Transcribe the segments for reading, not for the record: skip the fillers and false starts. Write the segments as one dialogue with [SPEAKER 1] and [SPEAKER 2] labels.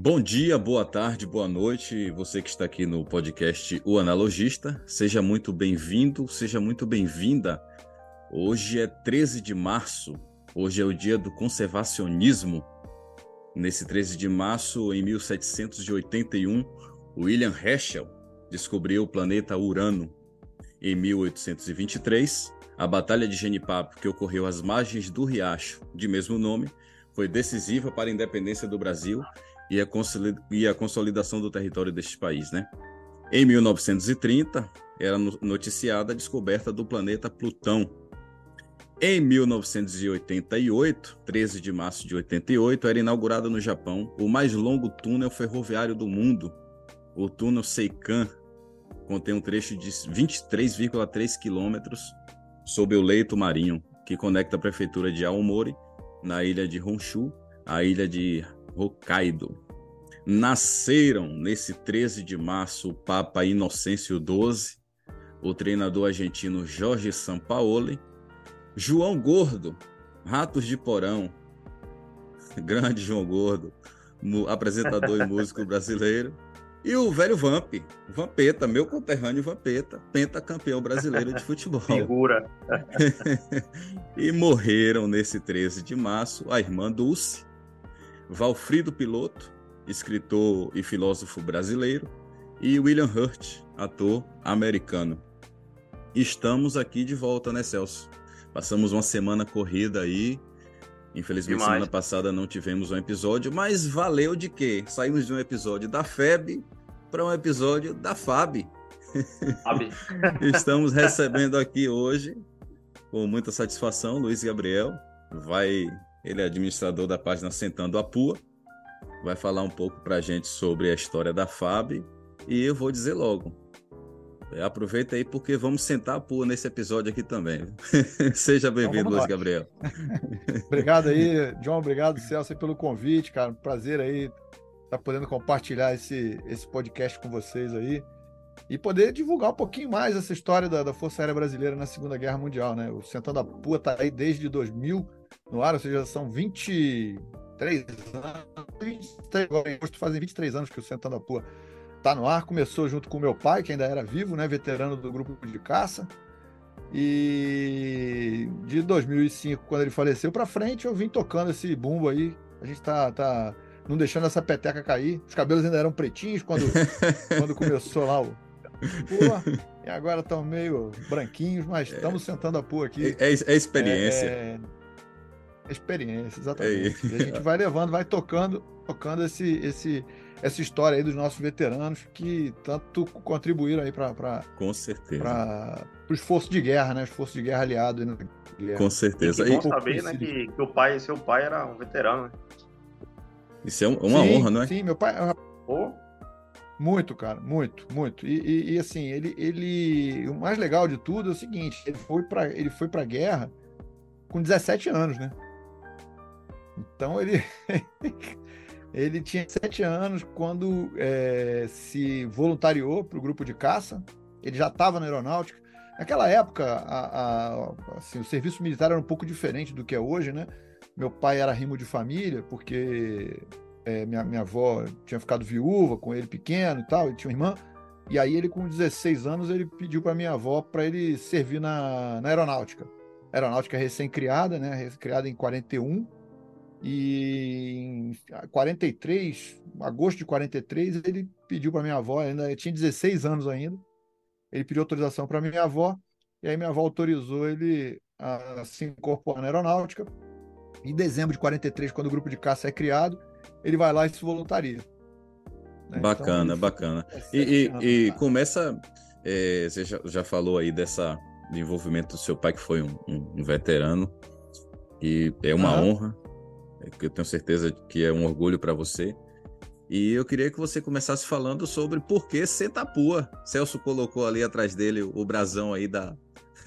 [SPEAKER 1] Bom dia, boa tarde, boa noite. Você que está aqui no podcast O Analogista, seja muito bem-vindo, seja muito bem-vinda. Hoje é 13 de março, hoje é o dia do conservacionismo. Nesse 13 de março, em 1781, William Herschel descobriu o planeta Urano. Em 1823, a Batalha de Genipapo, que ocorreu às margens do riacho de mesmo nome, foi decisiva para a independência do Brasil e a consolidação do território deste país, né? Em 1930, era noticiada a descoberta do planeta Plutão. Em 1988, 13 de março de 88, era inaugurado no Japão o mais longo túnel ferroviário do mundo, o túnel Seikan. Contém um trecho de 23,3 quilômetros sob o leito marinho, que conecta a prefeitura de Aomori, na ilha de Honshu, à ilha de Hokkaido. Nasceram nesse 13 de março o Papa Inocêncio XII, o treinador argentino Jorge Sampaoli, João Gordo, Ratos de Porão, grande João Gordo, apresentador e músico brasileiro, e o velho Vampeta, meu conterrâneo Vampeta, pentacampeão brasileiro de futebol.
[SPEAKER 2] Figura.
[SPEAKER 1] E morreram nesse 13 de março a irmã Dulce, Valfrido Piloto, escritor e filósofo brasileiro, e William Hurt, ator americano. Estamos aqui de volta, né, Celso? Passamos uma semana corrida aí. Infelizmente,
[SPEAKER 2] Demais.
[SPEAKER 1] Semana passada não tivemos um episódio, mas valeu de quê? Saímos de um episódio da FEB para um episódio da FAB. Estamos recebendo aqui hoje, com muita satisfação, Luiz Gabriel. Ele é administrador da página Sentando a Pua. Vai falar um pouco para a gente sobre a história da FAB. E eu vou dizer logo, aproveita aí porque vamos sentar a pua nesse episódio aqui também. Seja bem-vindo, Luiz Gabriel.
[SPEAKER 3] Obrigado aí, John, obrigado, Celso, aí, pelo convite, cara. Prazer aí estar podendo compartilhar esse podcast com vocês aí e poder divulgar um pouquinho mais essa história da Força Aérea Brasileira na Segunda Guerra Mundial, né? O Sentando a Pua tá aí desde 2000 no ar, ou seja, são 23 anos, agora em agosto fazem 23 anos que o Sentando a Pua tá no ar. Começou junto com o meu pai, que ainda era vivo, né? Veterano do grupo de caça. E de 2005, quando ele faleceu para frente, eu vim tocando esse bumbo aí. A gente tá não deixando essa peteca cair. Os cabelos ainda eram pretinhos quando começou lá o pua, e agora estão meio branquinhos, mas estamos sentando a pua aqui.
[SPEAKER 1] É experiência.
[SPEAKER 3] Experiência, exatamente. E a gente vai levando, vai tocando essa história aí dos nossos veteranos que tanto contribuíram aí
[SPEAKER 1] Com certeza.
[SPEAKER 3] para o esforço de guerra, né? Esforço de guerra aliado. Né?
[SPEAKER 1] Com certeza.
[SPEAKER 2] E bom saber, né, que seu pai era um veterano, né?
[SPEAKER 1] Isso é uma honra, não é?
[SPEAKER 3] Sim, meu pai...
[SPEAKER 2] Oh.
[SPEAKER 3] Muito, cara, muito. E assim, ele... O mais legal de tudo é o seguinte, ele foi pra guerra com 17 anos, né? Então ele tinha 7 anos quando se voluntariou para o grupo de caça. Ele já estava na aeronáutica. Naquela época, assim, o serviço militar era um pouco diferente do que é hoje, né? Meu pai era rimo de família, porque minha avó tinha ficado viúva com ele pequeno e tal, ele tinha uma irmã. E aí ele, com 16 anos, ele pediu para minha avó para ele servir na aeronáutica. Aeronáutica recém-criada, né? Criada em 41. E em 43, agosto de 43, ele pediu para minha avó, ainda tinha 16 anos ainda, ele pediu autorização para minha avó, e aí minha avó autorizou ele a se incorporar na aeronáutica. Em dezembro de 43, quando o grupo de caça é criado, ele vai lá e se voluntaria. Né?
[SPEAKER 1] Bacana,
[SPEAKER 3] então,
[SPEAKER 1] bacana.
[SPEAKER 3] Anos,
[SPEAKER 1] Começa, você já falou aí do envolvimento do seu pai, que foi um veterano, e é uma honra, que eu tenho certeza que é um orgulho para você. E eu queria que você começasse falando sobre por que Senta a Pua. Celso colocou ali atrás dele o brasão aí da...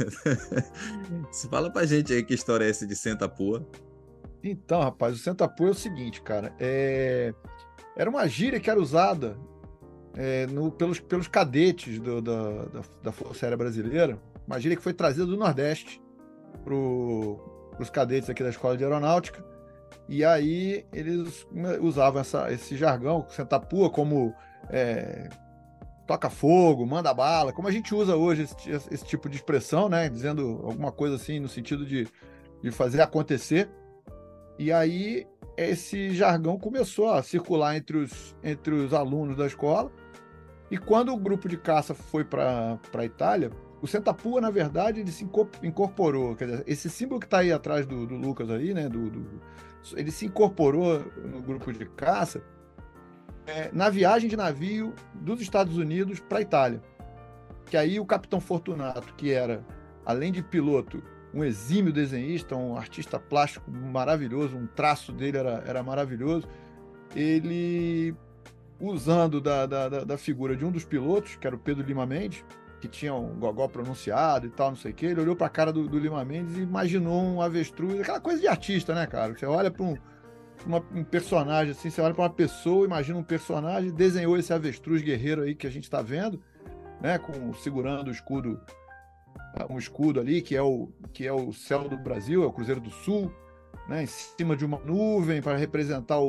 [SPEAKER 1] Fala pra gente aí que história é essa de Senta a Pua.
[SPEAKER 3] Então, rapaz, o Senta a Pua é o seguinte, cara. Era uma gíria que era usada pelos cadetes da Força Aérea Brasileira. Uma gíria que foi trazida do Nordeste para os cadetes aqui da Escola de Aeronáutica. E aí eles usavam esse jargão, sentar pua, como toca fogo, manda bala, como a gente usa hoje esse tipo de expressão, né? Dizendo alguma coisa assim no sentido de fazer acontecer. E aí esse jargão começou a circular entre os alunos da escola. E quando o grupo de caça foi para a Itália, o senta-pua, na verdade, ele se incorporou. Quer dizer, esse símbolo que está aí atrás do Lucas aí, né? Ele se incorporou no grupo de caça na viagem de navio dos Estados Unidos para a Itália. Que aí o Capitão Fortunato, que era, além de piloto, um exímio desenhista, um artista plástico maravilhoso, um traço dele era maravilhoso, ele, usando da figura de um dos pilotos, que era o Pedro Lima Mendes, que tinha um gogó pronunciado e tal, não sei o quê, ele olhou para a cara do Lima Mendes e imaginou um avestruz, aquela coisa de artista, né, cara? Você olha para um personagem assim, você olha para uma pessoa, imagina um personagem, desenhou esse avestruz guerreiro aí que a gente está vendo, né, segurando um escudo ali, que é o céu do Brasil, é o Cruzeiro do Sul, né, em cima de uma nuvem para representar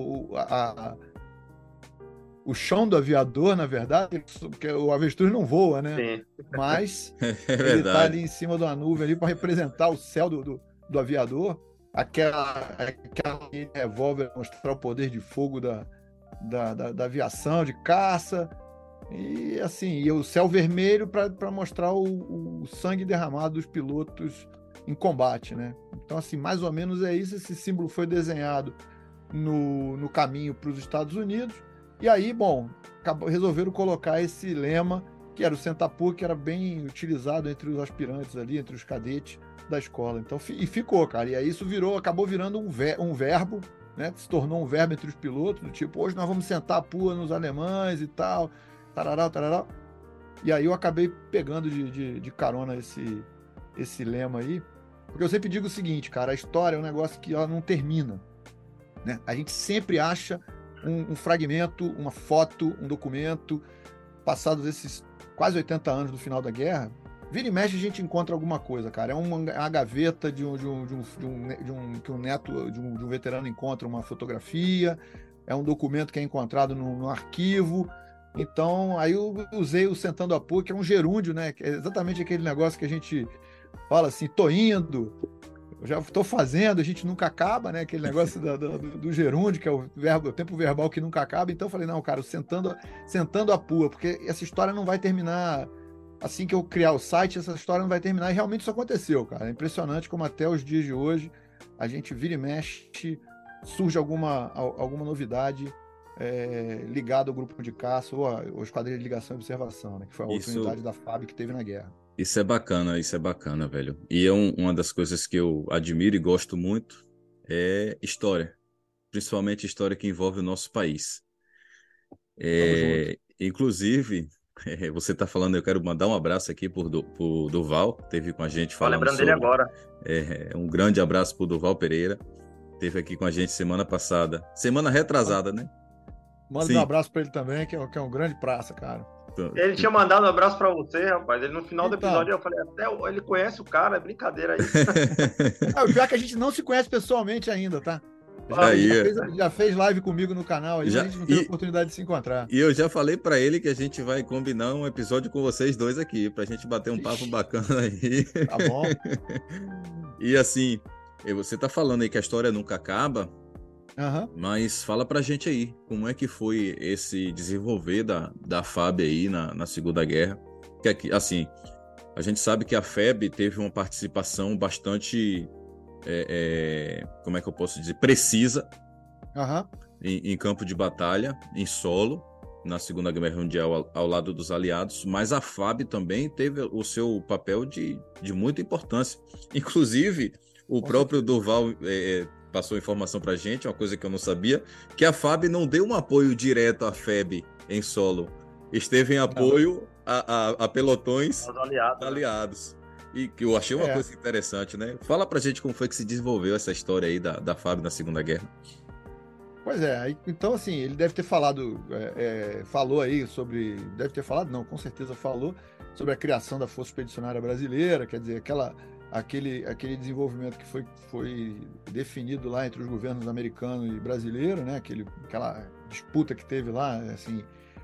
[SPEAKER 3] o chão do aviador, na verdade, porque o avestruz não voa, né?
[SPEAKER 2] Sim.
[SPEAKER 3] Mas ele está ali em cima de uma nuvem ali para representar o céu do aviador, aquela revólver mostrar o poder de fogo da aviação, de caça. E assim, e o céu vermelho para mostrar o sangue derramado dos pilotos em combate, né? Então, assim, mais ou menos é isso. Esse símbolo foi desenhado no caminho para os Estados Unidos. E aí, bom, resolveram colocar esse lema, que era o senta-pua, que era bem utilizado entre os aspirantes ali, entre os cadetes da escola. Então, e ficou, cara. E aí isso acabou virando um verbo, né? Se tornou um verbo entre os pilotos, do tipo, hoje nós vamos sentar a pua nos alemães e tal. Tarará, tarará. E aí eu acabei pegando de carona esse lema aí, porque eu sempre digo o seguinte, cara, a história é um negócio que ela não termina, né? A gente sempre acha um fragmento, uma foto, um documento, passados esses quase 80 anos do final da guerra, vira e mexe a gente encontra alguma coisa, cara. É uma gaveta que um neto de um veterano encontra uma fotografia, é um documento que é encontrado no arquivo. Então, aí eu usei o sentando a pua, que é um gerúndio, né? Que é exatamente aquele negócio que a gente fala assim, tô indo, eu já estou fazendo, a gente nunca acaba, né? Aquele negócio do gerúndio, que é o tempo verbal que nunca acaba. Então eu falei, não, cara, sentando a pua, porque essa história não vai terminar assim que eu criar o site, essa história não vai terminar. E realmente isso aconteceu, cara. É impressionante como até os dias de hoje a gente vira e mexe, surge alguma novidade ligado ao grupo de caça ou à esquadrilha de ligação e observação, né? Que foi a outra unidade da FAB que teve na guerra.
[SPEAKER 1] Isso é bacana, velho. E uma das coisas que eu admiro e gosto muito é história. Principalmente história que envolve o nosso país. Inclusive, você está falando, eu quero mandar um abraço aqui pro Durval, que esteve com a gente falando
[SPEAKER 2] lembrando dele agora.
[SPEAKER 1] Um grande abraço pro Durval Pereira. Esteve aqui com a gente semana passada. Semana retrasada, né?
[SPEAKER 3] Manda um abraço para ele também, que é um grande praça, cara.
[SPEAKER 2] Ele tinha mandado um abraço para você, rapaz. Ele no final do episódio eu falei, até ele conhece o cara, é brincadeira aí.
[SPEAKER 3] O pior é que a gente não se conhece pessoalmente ainda, tá? Já fez live comigo no canal, aí a gente não teve oportunidade de se encontrar.
[SPEAKER 1] E eu já falei para ele que a gente vai combinar um episódio com vocês dois aqui, pra gente bater um papo bacana aí.
[SPEAKER 3] Tá bom.
[SPEAKER 1] E assim, você tá falando aí que a história nunca acaba, mas fala pra gente aí, como é que foi esse desenvolver da FAB aí na Segunda Guerra? Que assim, a gente sabe que a FEB teve uma participação bastante, como é que eu posso dizer, precisa em campo de batalha, em solo, na Segunda Guerra Mundial ao lado dos aliados, mas a FAB também teve o seu papel de muita importância. Inclusive, o próprio Durval passou informação pra gente, uma coisa que eu não sabia, que a FAB não deu um apoio direto à FEB em solo, esteve em apoio a pelotões aliados. E que eu achei uma coisa interessante, né? Fala pra gente como foi que se desenvolveu essa história aí da FAB na Segunda Guerra.
[SPEAKER 3] Pois é, então assim, ele deve ter falou aí sobre, deve ter falado, não, com certeza falou, sobre a criação da Força Expedicionária Brasileira, quer dizer, aquele desenvolvimento que foi definido lá entre os governos americano e brasileiro, né? Aquela disputa que teve lá, assim,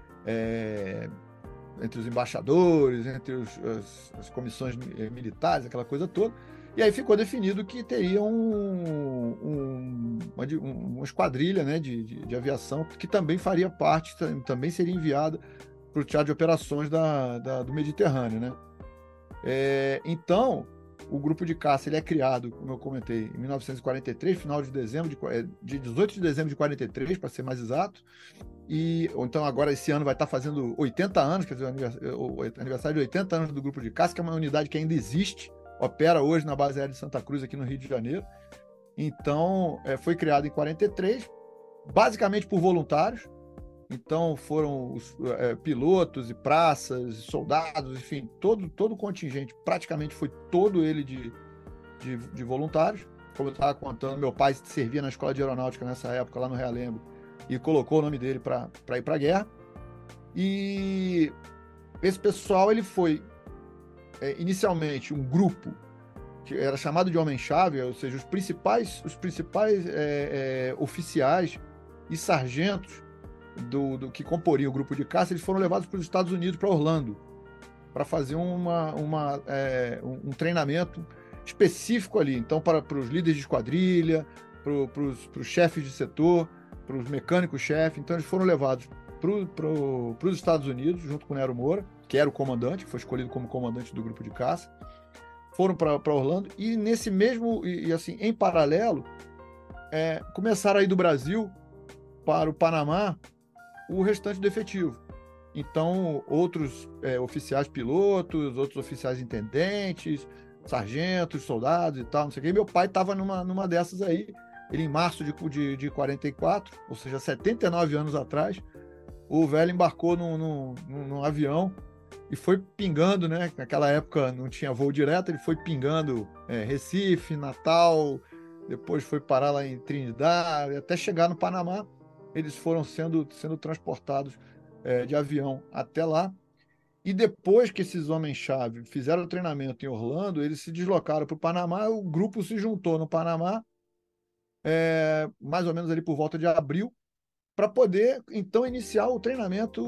[SPEAKER 3] entre os embaixadores, entre as comissões militares, aquela coisa toda. E aí ficou definido que teria uma esquadrilha, né, de aviação que também faria parte, também seria enviada para o teatro de operações do Mediterrâneo, né? Então, o grupo de caça ele é criado, como eu comentei, em 1943, final de dezembro, de 18 de dezembro de 43, para ser mais exato. Então, agora, esse ano vai estar fazendo 80 anos, quer dizer, o aniversário de 80 anos do grupo de caça, que é uma unidade que ainda existe, opera hoje na base aérea de Santa Cruz, aqui no Rio de Janeiro. Então, foi criado em 43, basicamente por voluntários. Então, foram os pilotos e praças, soldados, enfim, todo o contingente, praticamente foi todo ele de voluntários. Como eu estava contando, meu pai servia na escola de aeronáutica nessa época, lá no Realengo, e colocou o nome dele para ir para a guerra. E esse pessoal, ele foi inicialmente um grupo que era chamado de Homem-Chave, ou seja, os principais oficiais e sargentos do que comporiam o grupo de caça, eles foram levados para os Estados Unidos, para Orlando, para fazer um treinamento específico ali. Então, para os líderes de esquadrilha, para os chefes de setor, para os mecânicos-chefe. Então, eles foram levados para os Estados Unidos, junto com o Nero Moura, que era o comandante, que foi escolhido como comandante do grupo de caça. Foram para Orlando e nesse mesmo, assim, em paralelo, começaram a ir do Brasil para o Panamá o restante do efetivo. Então, outros oficiais pilotos, outros oficiais intendentes, sargentos, soldados e tal, não sei o quê. E meu pai estava numa dessas aí. Ele, em março de 44, ou seja, 79 anos atrás, o velho embarcou num avião e foi pingando, né? Naquela época não tinha voo direto, ele foi pingando Recife, Natal, depois foi parar lá em Trinidad, até chegar no Panamá. Eles foram sendo transportados de avião até lá. E depois que esses homens-chave fizeram o treinamento em Orlando, eles se deslocaram para o Panamá, o grupo se juntou no Panamá, mais ou menos ali por volta de abril, para poder, então, iniciar o treinamento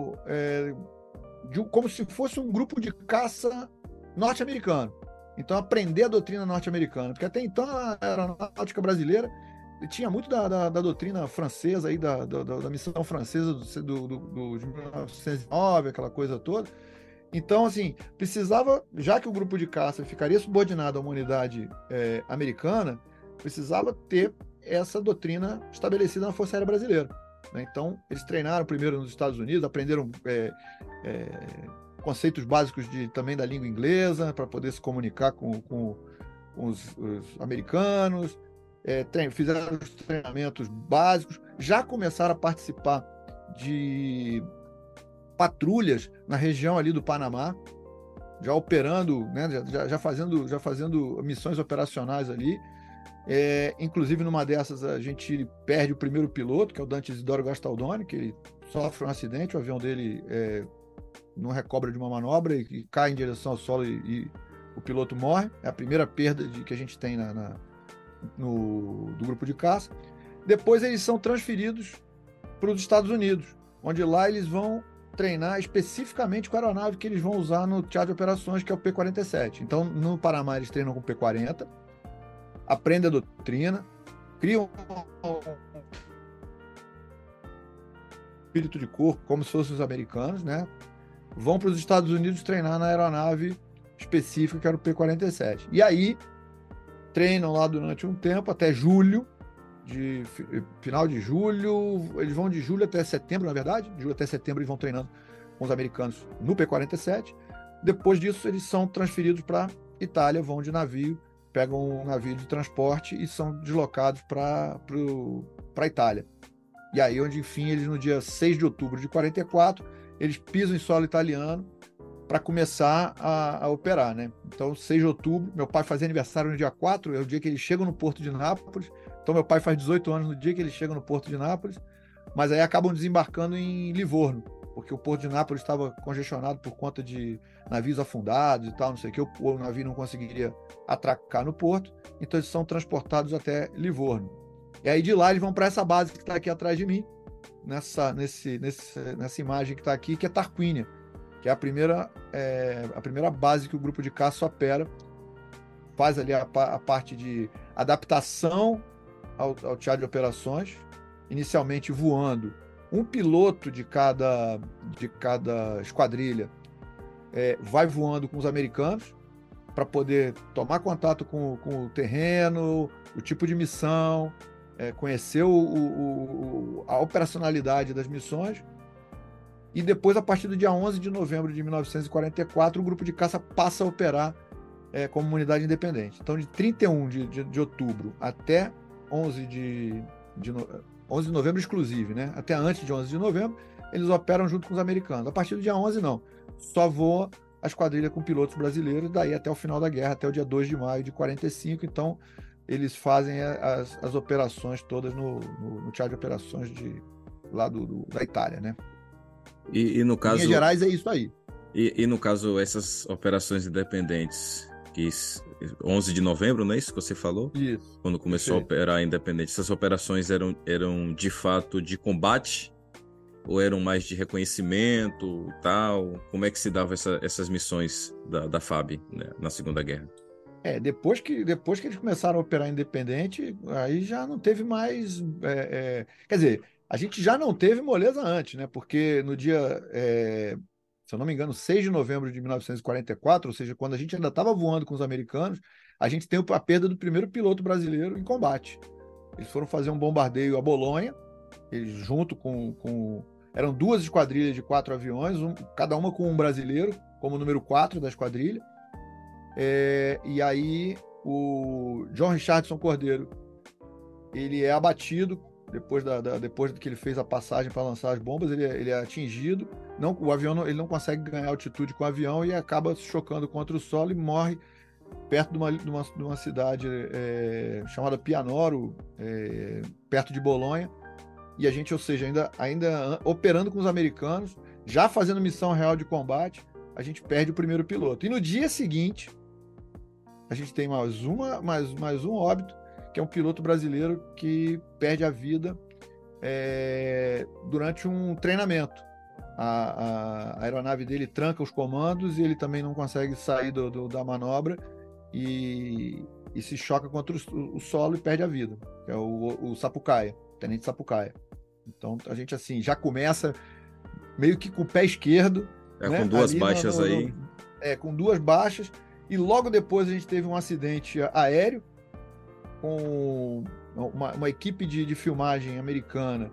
[SPEAKER 3] como se fosse um grupo de caça norte-americano. Então, aprender a doutrina norte-americana, porque até então a aeronáutica brasileira tinha muito da doutrina francesa, aí, da missão francesa de 1909, aquela coisa toda. Então, assim, precisava, já que o grupo de caça ficaria subordinado a uma unidade americana, precisava ter essa doutrina estabelecida na Força Aérea Brasileira, né? Então, eles treinaram primeiro nos Estados Unidos, aprenderam conceitos básicos também da língua inglesa, para poder se comunicar com os americanos, fizeram os treinamentos básicos, já começaram a participar de patrulhas na região ali do Panamá, já operando, né, já fazendo missões operacionais ali. Inclusive, numa dessas, a gente perde o primeiro piloto, que é o Dante Isidoro Gastaldoni, que ele sofre um acidente, o avião dele não recobra de uma manobra e cai em direção ao solo e o piloto morre. É a primeira perda que a gente tem do grupo de caça. Depois eles são transferidos para os Estados Unidos, onde lá eles vão treinar especificamente com a aeronave que eles vão usar no teatro de operações, que é o P-47. Então, no Panamá, eles treinam com o P-40, aprendem a doutrina, criam um espírito de corpo, como se fossem os americanos, né? Vão para os Estados Unidos treinar na aeronave específica, que era o P-47. E aí, treinam lá durante um tempo, até julho, final de julho, eles vão de julho até setembro, na verdade, de julho até setembro eles vão treinando com os americanos no P-47. Depois disso, eles são transferidos para Itália, vão de navio, pegam um navio de transporte e são deslocados para a Itália. E aí, onde, enfim, eles no dia 6 de outubro de 44, eles pisam em solo italiano para começar a operar, né? Então, 6 de outubro, meu pai fazia aniversário no dia 4, é o dia que eles chegam no Porto de Nápoles. Então, meu pai faz 18 anos no dia que eles chegam no Porto de Nápoles, mas aí acabam desembarcando em Livorno, porque o porto de Nápoles estava congestionado por conta de navios afundados e tal, não sei o que, o navio não conseguiria atracar no porto, então eles são transportados até Livorno. E aí de lá eles vão para essa base que está aqui atrás de mim, nessa imagem que está aqui, que é Tarquínia, que é a primeira base que o grupo de caça opera, faz ali a parte de adaptação ao teatro de operações, inicialmente voando um piloto de cada esquadrilha, vai voando com os americanos para poder tomar contato com o terreno, o tipo de missão, conhecer a operacionalidade das missões. E depois, a partir do dia 11 de novembro de 1944, o grupo de caça passa a operar como uma unidade independente. Então, de 31 de outubro até 11 de novembro exclusive, né? Até antes de 11 de novembro, eles operam junto com os americanos. A partir do dia 11, não. Só voa a esquadrilha com pilotos brasileiros, daí até o final da guerra, até o dia 2 de maio de 45. Então, eles fazem as operações todas no teatro de operações lá da Itália, né?
[SPEAKER 1] E no caso...
[SPEAKER 3] Em Minas Gerais é isso aí.
[SPEAKER 1] E no caso, essas operações independentes, que 11 de novembro, não é isso que você falou?
[SPEAKER 3] Isso.
[SPEAKER 1] Quando começou a operar independente, essas operações eram de fato de combate? Ou eram mais de reconhecimento e tal? Como é que se dava essas missões da FAB, né, na Segunda Guerra?
[SPEAKER 3] Depois que eles começaram a operar independente, aí já não teve mais... Quer dizer, a gente já não teve moleza antes, né? Porque no dia, se eu não me engano, 6 de novembro de 1944, ou seja, quando a gente ainda estava voando com os americanos, a gente tem a perda do primeiro piloto brasileiro em combate. Eles foram fazer um bombardeio a Bolonha, eles junto com... Eram 2 esquadrilhas de 4 aviões, cada uma com um brasileiro, como número 4 da esquadrilha. E aí o John Richardson Cordeiro, ele é abatido depois que ele fez a passagem para lançar as bombas, ele é atingido, o avião ele não consegue ganhar altitude com o avião e acaba se chocando contra o solo e morre perto de uma cidade chamada Pianoro, perto de Bolonha. E a gente, ou seja, ainda operando com os americanos, já fazendo missão real de combate, a gente perde o primeiro piloto. E no dia seguinte, a gente tem mais um óbito, que é um piloto brasileiro que perde a vida durante um treinamento. A aeronave dele tranca os comandos e ele também não consegue sair da manobra e se choca contra o solo e perde a vida, que é o Sapucaia, Tenente Sapucaia. Então a gente assim já começa meio que com o pé esquerdo, né?
[SPEAKER 1] Com 2 baixas aí.
[SPEAKER 3] Com 2 baixas, e logo depois a gente teve um acidente aéreo com uma equipe de filmagem americana,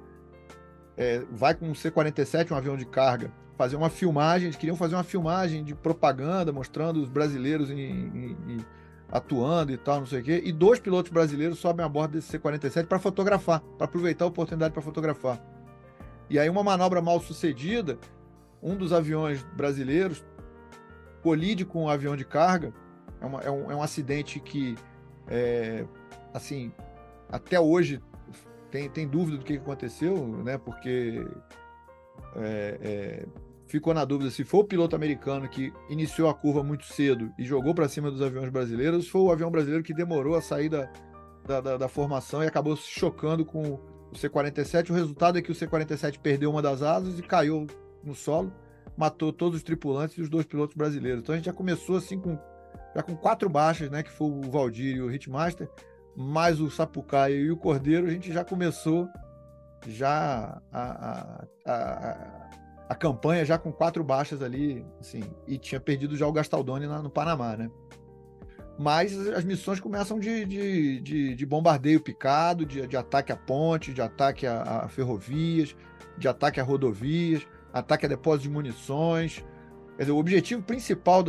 [SPEAKER 3] vai com um C-47, um avião de carga, fazer uma filmagem. Eles queriam fazer uma filmagem de propaganda, mostrando os brasileiros atuando e tal, não sei o quê, e 2 pilotos brasileiros sobem a bordo desse C-47 para fotografar, para aproveitar a oportunidade para fotografar. E aí uma manobra mal sucedida, um dos aviões brasileiros colide com um avião de carga. É um acidente que, assim, até hoje tem dúvida do que aconteceu, né? Porque ficou na dúvida se foi o piloto americano que iniciou a curva muito cedo e jogou para cima dos aviões brasileiros, ou se foi o avião brasileiro que demorou a sair da formação e acabou se chocando com o C-47. O resultado é que o C-47 perdeu uma das asas e caiu no solo, matou todos os tripulantes e os 2 pilotos brasileiros. Então a gente já começou assim já com 4 baixas, né, que foi o Valdir e o Hitmaster, mais o Sapucaia e o Cordeiro. A gente já começou a campanha já com 4 baixas ali, assim, e tinha perdido já o Gastaldoni no Panamá, né? Mas as missões começam de bombardeio picado, de ataque a ponte, de ataque a ferrovias, de ataque a rodovias, ataque a depósitos de munições. Quer dizer, o objetivo principal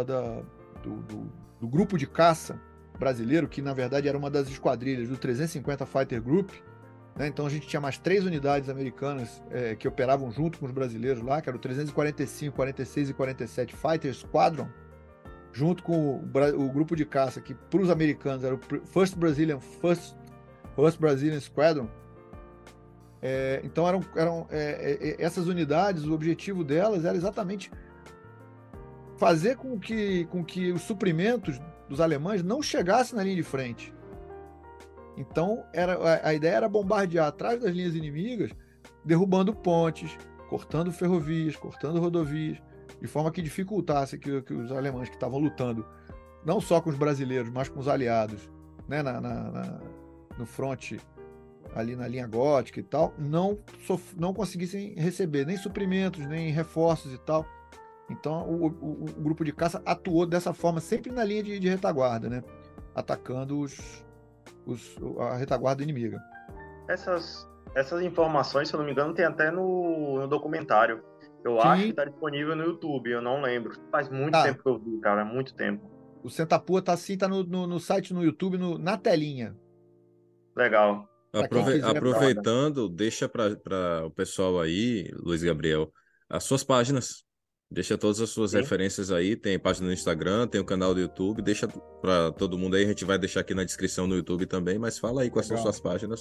[SPEAKER 3] do grupo de caça brasileiro, que na verdade era uma das esquadrilhas do 350 Fighter Group, né? Então a gente tinha mais 3 unidades americanas que operavam junto com os brasileiros lá, que era o 345, 46 e 47 Fighter Squadron, junto com o grupo de caça, que para os americanos era o First Brazilian Squadron. Então essas unidades, o objetivo delas era exatamente fazer com que os suprimentos dos alemães não chegassem na linha de frente. Então a ideia era bombardear atrás das linhas inimigas, derrubando pontes, cortando ferrovias, cortando rodovias, de forma que dificultasse que os alemães que estavam lutando, não só com os brasileiros, mas com os aliados, né, no fronte, ali na linha gótica e tal, não conseguissem receber nem suprimentos, nem reforços e tal. Então o grupo de caça atuou dessa forma, sempre na linha de retaguarda, né, atacando a retaguarda inimiga.
[SPEAKER 2] Essas informações, se eu não me engano, tem até no documentário. Eu acho que está disponível no YouTube, eu não lembro. Faz muito tempo que eu vi, cara, muito tempo.
[SPEAKER 3] O Senta a Pua tá no site, no YouTube, na telinha.
[SPEAKER 2] Legal.
[SPEAKER 1] Aproveitando, deixa para o pessoal aí, Luiz Gabriel, as suas páginas. Deixa todas as suas referências aí. Tem página no Instagram, tem o canal do YouTube. Deixa para todo mundo aí. A gente vai deixar aqui na descrição no YouTube também. Mas fala aí quais são suas páginas.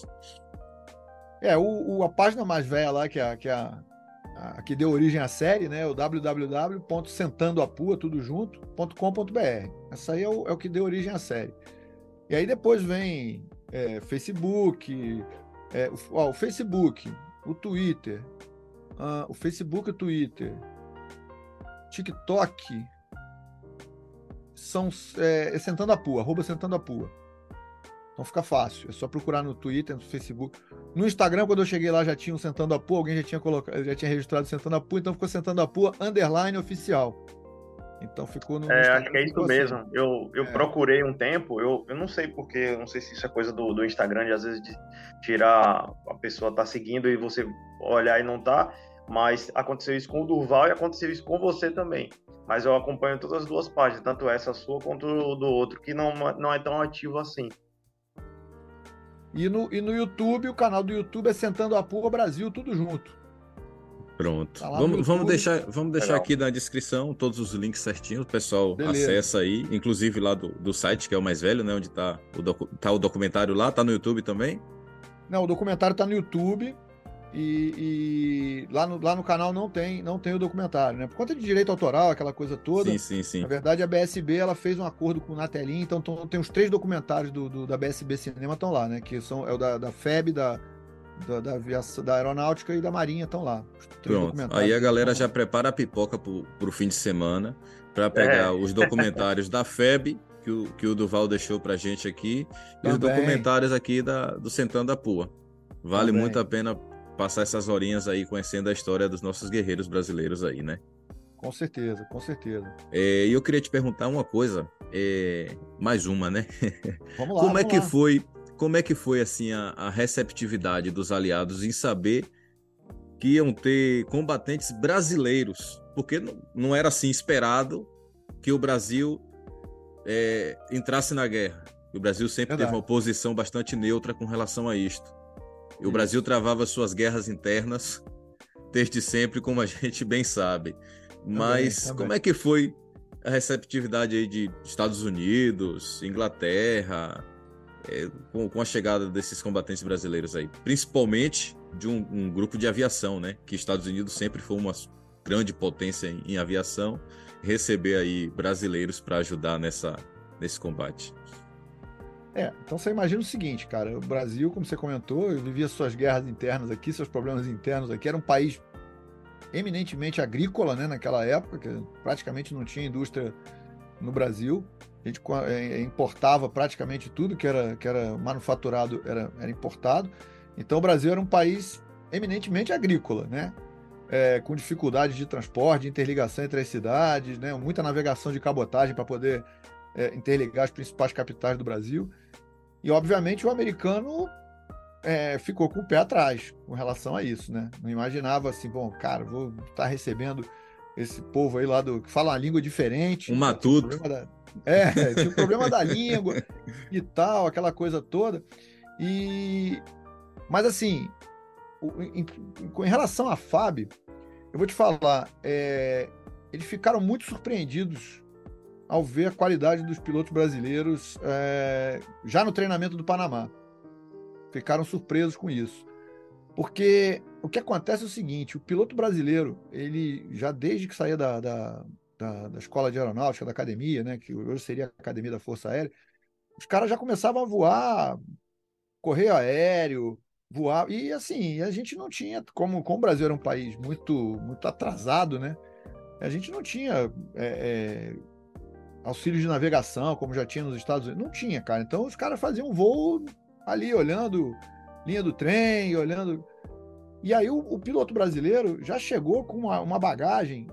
[SPEAKER 3] A página mais velha lá, que deu origem à série, né? O www.sentandoapua, tudo junto.com.br. Essa aí é o que deu origem à série. E aí depois vem Facebook, o Facebook, o Twitter, TikTok, são Sentando a Pua, @SentandoApua. Então fica fácil, é só procurar no Twitter, no Facebook. No Instagram, quando eu cheguei lá, já tinha um Sentando a Pua, alguém já tinha registrado Sentando a Pua, então ficou Sentando a Pua _oficial. Então ficou no Instagram.
[SPEAKER 2] Acho que é isso mesmo. Assim. Eu procurei um tempo, eu não sei porque, eu não sei se isso é coisa do Instagram, de às vezes de tirar, a pessoa tá seguindo e você olhar e não tá, mas aconteceu isso com o Durval e aconteceu isso com você também. Mas eu acompanho todas as duas páginas, tanto essa sua quanto do outro, que não é tão ativo assim.
[SPEAKER 3] E no YouTube, o canal do YouTube é Sentando a Pua Brasil, tudo junto.
[SPEAKER 1] Pronto. Tá, vamos deixar aqui na descrição todos os links certinhos, o pessoal acessa aí, inclusive lá do site, que é o mais velho, né? Onde tá o documentário lá, tá no YouTube também?
[SPEAKER 3] Não, o documentário tá no YouTube e lá no canal não tem o documentário, né? Por conta de direito autoral, aquela coisa toda.
[SPEAKER 1] Sim.
[SPEAKER 3] Na verdade, a BSB ela fez um acordo com o Natelin, então tem os 3 documentários da BSB Cinema estão lá, né? Que são o da FEB, da aeronáutica e da marinha estão lá.
[SPEAKER 1] Pronto, aí a galera já prepara a pipoca pro fim de semana para pegar os documentários da FEB que o Durval deixou pra gente aqui e os documentários aqui do Sentando a Pua. Vale muito a pena passar essas horinhas aí conhecendo a história dos nossos guerreiros brasileiros aí, né?
[SPEAKER 3] Com certeza.
[SPEAKER 1] E eu queria te perguntar uma coisa, mais uma, né?
[SPEAKER 3] Vamos lá.
[SPEAKER 1] Como é que foi assim a receptividade dos aliados em saber que iam ter combatentes brasileiros? Porque não era assim esperado que o Brasil entrasse na guerra. O Brasil sempre teve uma posição bastante neutra com relação a isto. E o Brasil travava suas guerras internas desde sempre, como a gente bem sabe. Mas como é que foi a receptividade aí de Estados Unidos, Inglaterra, com a chegada desses combatentes brasileiros aí? Principalmente de um grupo de aviação, né? Que Estados Unidos sempre foi uma grande potência em aviação. Receber aí brasileiros para ajudar nesse combate.
[SPEAKER 3] Então você imagina o seguinte, cara, o Brasil, como você comentou, vivia suas guerras internas aqui, seus problemas internos aqui, era um país eminentemente agrícola, né, naquela época, que praticamente não tinha indústria no Brasil, a gente importava praticamente tudo que era manufaturado, era importado, então o Brasil era um país eminentemente agrícola, né, com dificuldades de transporte, de interligação entre as cidades, né, muita navegação de cabotagem para poder interligar as principais capitais do Brasil. E, obviamente, o americano ficou com o pé atrás com relação a isso, né? Não imaginava assim, bom, cara, vou estar recebendo esse povo aí lá que fala uma língua diferente.
[SPEAKER 1] Um matuto.
[SPEAKER 3] Tinha o problema da língua e tal, aquela coisa toda. Mas, assim, em relação à FAB, eu vou te falar, eles ficaram muito surpreendidos ao ver a qualidade dos pilotos brasileiros já no treinamento do Panamá. Ficaram surpresos com isso. Porque o que acontece é o seguinte, o piloto brasileiro, ele já desde que saía da escola de aeronáutica, da academia, né, que hoje seria a Academia da Força Aérea, os caras já começavam a voar, correr aéreo, voar, e assim, a gente não tinha, como o Brasil era um país muito atrasado, né, a gente não tinha auxílio de navegação, como já tinha nos Estados Unidos, não tinha, cara, então os caras faziam voo ali, olhando linha do trem, olhando... E aí o piloto brasileiro já chegou com uma bagagem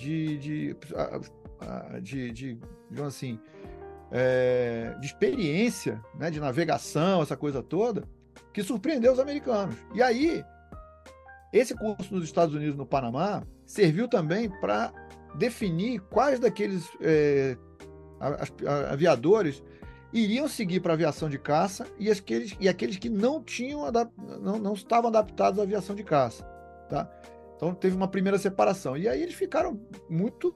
[SPEAKER 3] digamos assim, de experiência, né, de navegação, essa coisa toda, que surpreendeu os americanos. E aí, esse curso nos Estados Unidos, no Panamá, serviu também para definir quais daqueles aviadores iriam seguir para a aviação de caça e aqueles que não estavam adaptados à aviação de caça, tá? Então teve uma primeira separação. E aí eles ficaram muito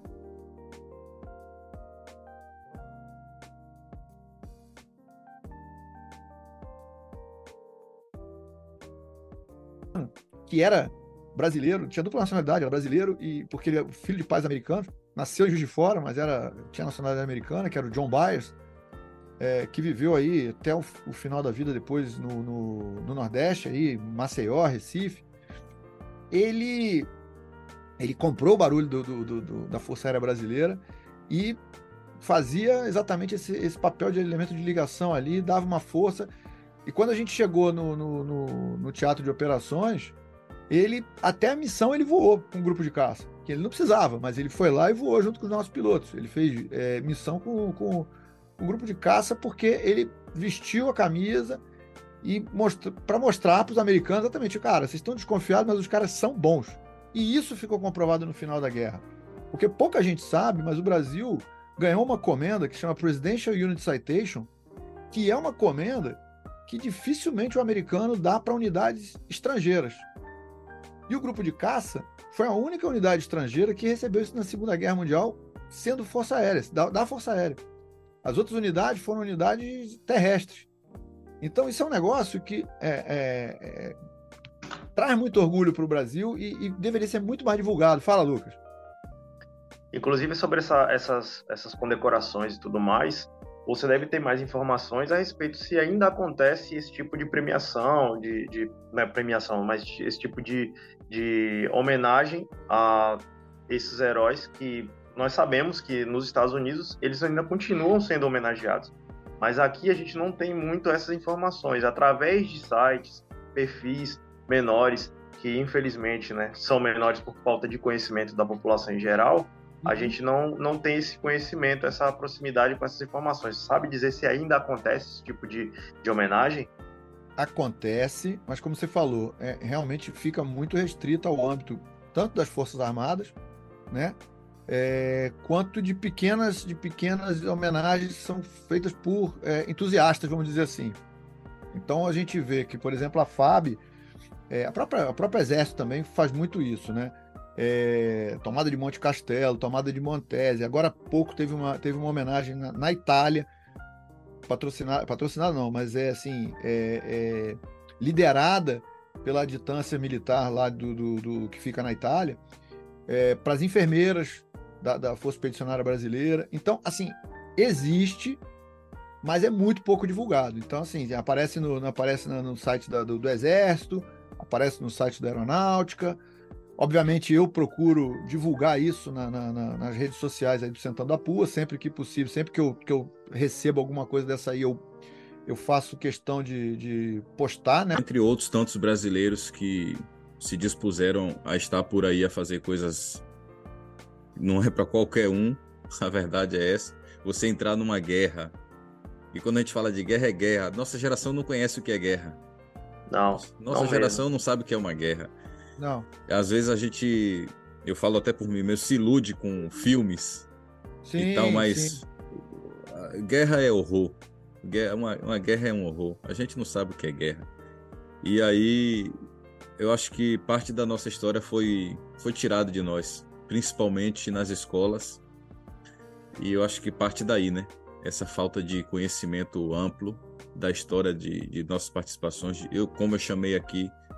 [SPEAKER 3] que era brasileiro, tinha dupla nacionalidade, era brasileiro, e porque ele é filho de pais americanos, nasceu em Juiz de Fora, mas tinha nacionalidade americana, que era o John Byers, que viveu aí até o final da vida depois no Nordeste, aí, Maceió, Recife. Ele comprou o barulho da Força Aérea Brasileira e fazia exatamente esse papel de elemento de ligação ali, dava uma força. E quando a gente chegou no teatro de operações, até a missão ele voou com um grupo de caça, que ele não precisava, mas ele foi lá e voou junto com os nossos pilotos. Ele fez missão com um grupo de caça porque ele vestiu a camisa e para mostrar para os americanos exatamente, cara, vocês estão desconfiados, mas os caras são bons. E isso ficou comprovado no final da guerra. Porque pouca gente sabe, mas o Brasil ganhou uma comenda que chama Presidential Unit Citation, que é uma comenda que dificilmente o americano dá para unidades estrangeiras. E o grupo de caça foi a única unidade estrangeira que recebeu isso na Segunda Guerra Mundial, sendo Força Aérea, da Força Aérea. As outras unidades foram unidades terrestres. Então, isso é um negócio que traz muito orgulho para o Brasil e deveria ser muito mais divulgado. Fala, Lucas.
[SPEAKER 2] Inclusive, sobre essas condecorações e tudo mais, você deve ter mais informações a respeito se ainda acontece esse tipo de premiação, não é premiação, mas esse tipo de homenagem a esses heróis que nós sabemos que nos Estados Unidos eles ainda continuam sendo homenageados. Mas aqui a gente não tem muito essas informações. Através de sites, perfis menores, que infelizmente, né, são menores por falta de conhecimento da população em geral, a gente não tem esse conhecimento, essa proximidade com essas informações. Sabe dizer se ainda acontece esse tipo de homenagem?
[SPEAKER 3] Acontece, mas como você falou, realmente fica muito restrito ao âmbito tanto das Forças Armadas, né, quanto de pequenas homenagens que são feitas por entusiastas, vamos dizer assim. Então a gente vê que, por exemplo, a FAB, a própria Exército também faz muito isso, né? Tomada de Monte Castelo, tomada de Montese. Agora há pouco teve uma homenagem na Itália, patrocinada não, mas liderada pela adjutância militar lá do que fica na Itália, para as enfermeiras da Força Expedicionária Brasileira. Então, assim, existe, mas é muito pouco divulgado. Então, assim, aparece no site do Exército, aparece no site da Aeronáutica. Obviamente, eu procuro divulgar isso nas redes sociais aí do Sentando a Pua, sempre que possível, sempre que eu recebo alguma coisa dessa aí, eu faço questão de postar, né?
[SPEAKER 1] Entre outros tantos brasileiros que se dispuseram a estar por aí a fazer coisas, não é para qualquer um, a verdade é essa. Você entrar numa guerra, e quando a gente fala de guerra, é guerra. Nossa geração não conhece o que é guerra. Nossa geração não sabe o que é uma guerra.
[SPEAKER 3] Não.
[SPEAKER 1] Às vezes eu falo até por mim mesmo, se ilude com filmes e tal, mas guerra é horror. Uma guerra é um horror. A gente não sabe o que é guerra. E aí, eu acho que parte da nossa história foi tirado de nós, principalmente nas escolas. E eu acho que parte daí, né? Essa falta de conhecimento amplo da história de nossas participações. Como eu chamei aqui,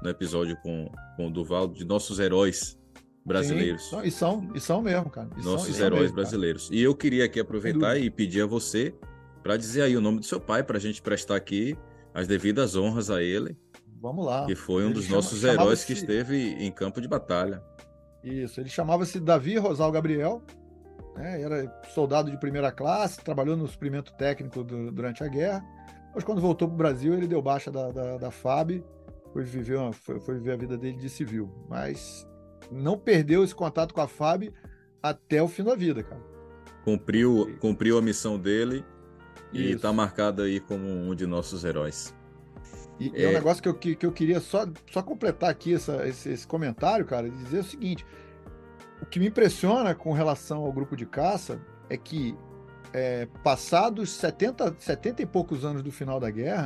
[SPEAKER 1] no episódio com o Duval, de nossos heróis brasileiros.
[SPEAKER 3] Sim, e são mesmo, cara.
[SPEAKER 1] Nossos heróis brasileiros. Cara. E eu queria aqui aproveitar e pedir a você para dizer aí o nome do seu pai, para a gente prestar aqui as devidas honras a ele.
[SPEAKER 3] Vamos lá.
[SPEAKER 1] Que foi um dos nossos heróis que esteve em campo de batalha.
[SPEAKER 3] Isso, ele chamava-se Davi Rosal Gabriel, né? Era soldado de primeira classe, trabalhou no suprimento técnico durante a guerra, mas quando voltou para o Brasil ele deu baixa da FAB, foi viver a vida dele de civil, mas não perdeu esse contato com a FAB até o fim da vida, cara.
[SPEAKER 1] Cumpriu a missão dele e está marcado aí como um de nossos heróis.
[SPEAKER 3] E é um negócio que eu queria só completar aqui esse comentário, cara, e dizer o seguinte: o que me impressiona com relação ao grupo de caça é que, passados 70 e poucos anos do final da guerra,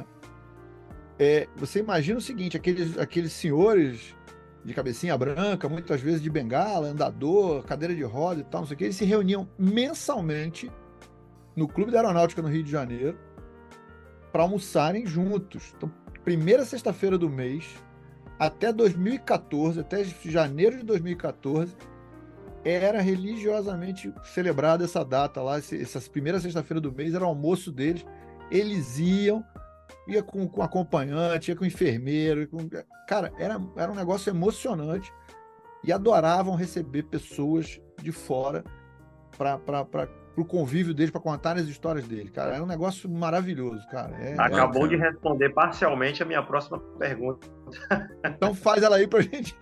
[SPEAKER 3] você imagina o seguinte: aqueles senhores de cabecinha branca, muitas vezes de bengala, andador, cadeira de roda e tal, não sei o que, eles se reuniam mensalmente no Clube da Aeronáutica no Rio de Janeiro para almoçarem juntos. Então, primeira sexta-feira do mês, até 2014, até janeiro de 2014, era religiosamente celebrada essa data lá, essa primeira sexta-feira do mês, era o almoço deles. Eles ia com acompanhante, ia com enfermeiro, cara, era um negócio emocionante e adoravam receber pessoas de fora para o convívio deles, para contar as histórias dele, cara. Era um negócio maravilhoso, cara.
[SPEAKER 2] Acabou de responder parcialmente a minha próxima pergunta.
[SPEAKER 3] Então faz ela aí pra gente.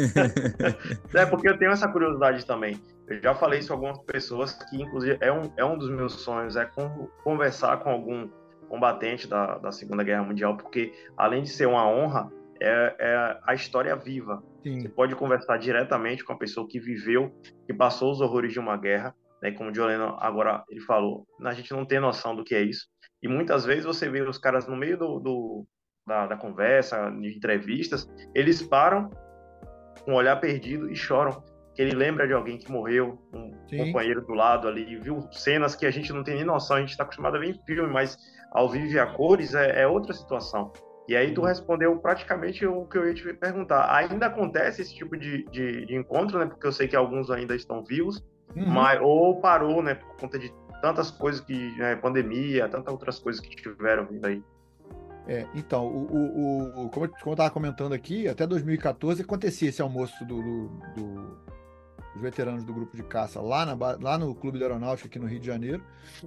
[SPEAKER 2] Porque eu tenho essa curiosidade também. Eu já falei isso com algumas pessoas, que inclusive é um dos meus sonhos, conversar com algum combatente da Segunda Guerra Mundial, porque além de ser uma honra, é a história viva.
[SPEAKER 3] Sim.
[SPEAKER 2] Você pode conversar diretamente com a pessoa que viveu, que passou os horrores de uma guerra, né? Como o Dioleno agora ele falou, a gente não tem noção do que é isso. E muitas vezes você vê os caras no meio da conversa, de entrevistas, eles param com um olhar perdido e choram, que ele lembra de alguém que morreu, um companheiro do lado ali, viu cenas que a gente não tem nem noção, a gente está acostumado a ver em filme, mas ao vivo e a cores é outra situação. E aí tu respondeu praticamente o que eu ia te perguntar. Ainda acontece esse tipo de encontro, né? Porque eu sei que alguns ainda estão vivos, mas, ou parou, né? Por conta de tantas coisas pandemia, tantas outras coisas que tiveram vindo aí.
[SPEAKER 3] Então, como eu estava comentando aqui, até 2014 acontecia esse almoço dos veteranos do grupo de caça lá no Clube da Aeronáutica aqui no Rio de Janeiro,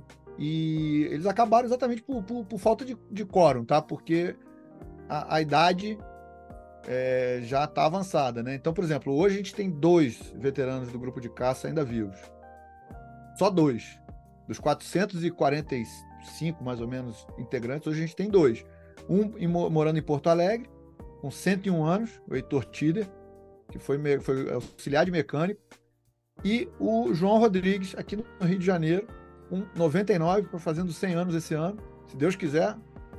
[SPEAKER 3] e eles acabaram exatamente por falta de quórum, tá? Porque a idade já está avançada, né? Então, por exemplo, hoje a gente tem 2 veteranos do grupo de caça ainda vivos. Só 2. Dos 445, mais ou menos, integrantes, hoje a gente tem 2. Um morando em Porto Alegre, com 101 anos, o Heitor Tider, que foi auxiliar de mecânico, e o João Rodrigues, aqui no Rio de Janeiro, com 99, fazendo 100 anos esse ano, se Deus quiser.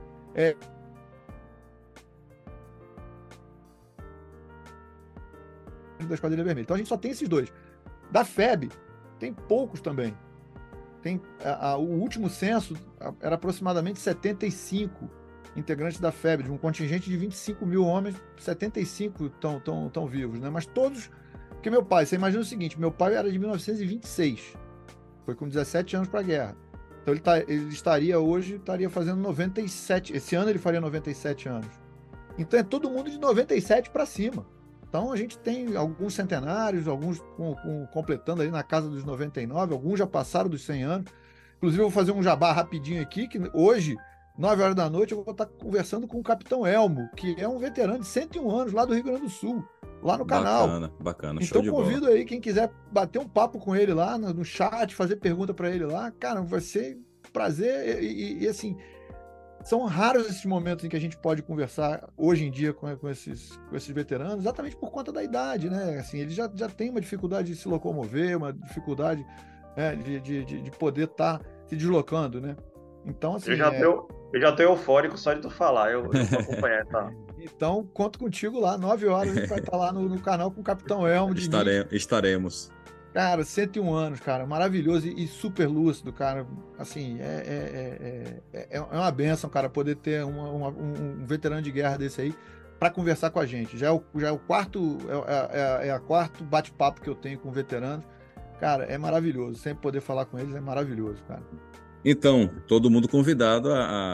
[SPEAKER 3] Da Esquadrilha Vermelha. Então a gente só tem esses 2. Da FEB, tem poucos também. O último censo era aproximadamente 75 integrantes da FEB, de um contingente de 25 mil homens, 75 estão vivos, né? Mas todos... Porque meu pai, você imagina o seguinte, meu pai era de 1926, foi com 17 anos para a guerra. Então ele estaria fazendo 97, esse ano ele faria 97 anos. Então é todo mundo de 97 para cima. Então a gente tem alguns centenários, alguns completando ali na casa dos 99, alguns já passaram dos 100 anos. Inclusive eu vou fazer um jabá rapidinho aqui, que hoje, 9 horas da noite, eu vou estar conversando com o Capitão Elmo, que é um veterano de 101 anos lá do Rio Grande do Sul, lá no canal.
[SPEAKER 1] Bacana.
[SPEAKER 3] Então convido aí quem quiser bater um papo com ele lá no chat, fazer pergunta para ele lá. Cara, vai ser um prazer e assim... São raros esses momentos em que a gente pode conversar hoje em dia com esses veteranos, exatamente por conta da idade, né? Assim, eles já têm uma dificuldade de se locomover, uma dificuldade de poder estar se deslocando, né? Então, assim...
[SPEAKER 2] Eu já tô eufórico só de tu falar, eu vou acompanhar, tá?
[SPEAKER 3] Então, conto contigo lá, 9 horas a gente vai estar lá no canal com o Capitão Elmo.
[SPEAKER 1] Estaremos.
[SPEAKER 3] Cara, 101 anos, cara, maravilhoso e super lúcido, cara, assim, é uma benção, cara, poder ter um veterano de guerra desse aí para conversar com a gente. Já é o quarto, a quarto bate-papo que eu tenho com veteranos. Cara, é maravilhoso. Sempre poder falar com eles é maravilhoso, cara.
[SPEAKER 1] Então, todo mundo convidado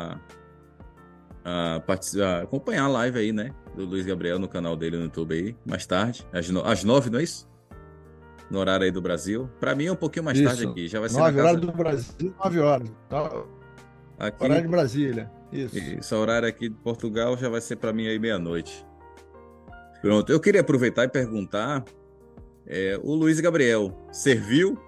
[SPEAKER 1] a acompanhar a live aí, né? Do Luiz Gabriel no canal dele no YouTube aí, mais tarde, às 9, não é isso? No horário aí do Brasil. Para mim é um pouquinho mais tarde aqui. Já vai ser
[SPEAKER 3] 9
[SPEAKER 1] na casa...
[SPEAKER 3] horário do Brasil, 9 horas.
[SPEAKER 1] Aqui,
[SPEAKER 3] horário de Brasília. Isso.
[SPEAKER 1] Esse horário aqui de Portugal já vai ser para mim aí meia-noite. Pronto, eu queria aproveitar e perguntar, o Luiz Gabriel, serviu?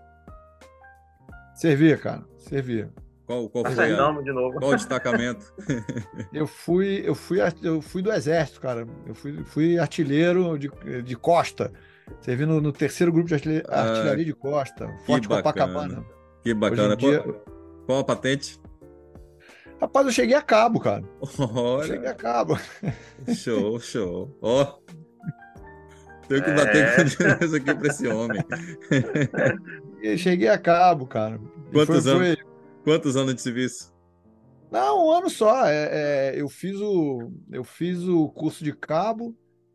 [SPEAKER 3] Servia, cara, servia.
[SPEAKER 1] Qual foi
[SPEAKER 2] de novo.
[SPEAKER 1] qual o destacamento?
[SPEAKER 3] Eu fui do Exército, cara. Eu fui artilheiro de costa. Servi no terceiro grupo de artilharia de costa, Forte Copacabana.
[SPEAKER 1] Que bacana. Qual a patente?
[SPEAKER 3] Rapaz, eu cheguei a cabo, cara.
[SPEAKER 1] Olha.
[SPEAKER 3] Cheguei a cabo.
[SPEAKER 1] Show. Ó. Tenho que bater continuidade aqui para esse homem.
[SPEAKER 3] Cheguei a cabo, cara.
[SPEAKER 1] Quantos anos de serviço?
[SPEAKER 3] Não, um ano só. Eu fiz o curso de cabo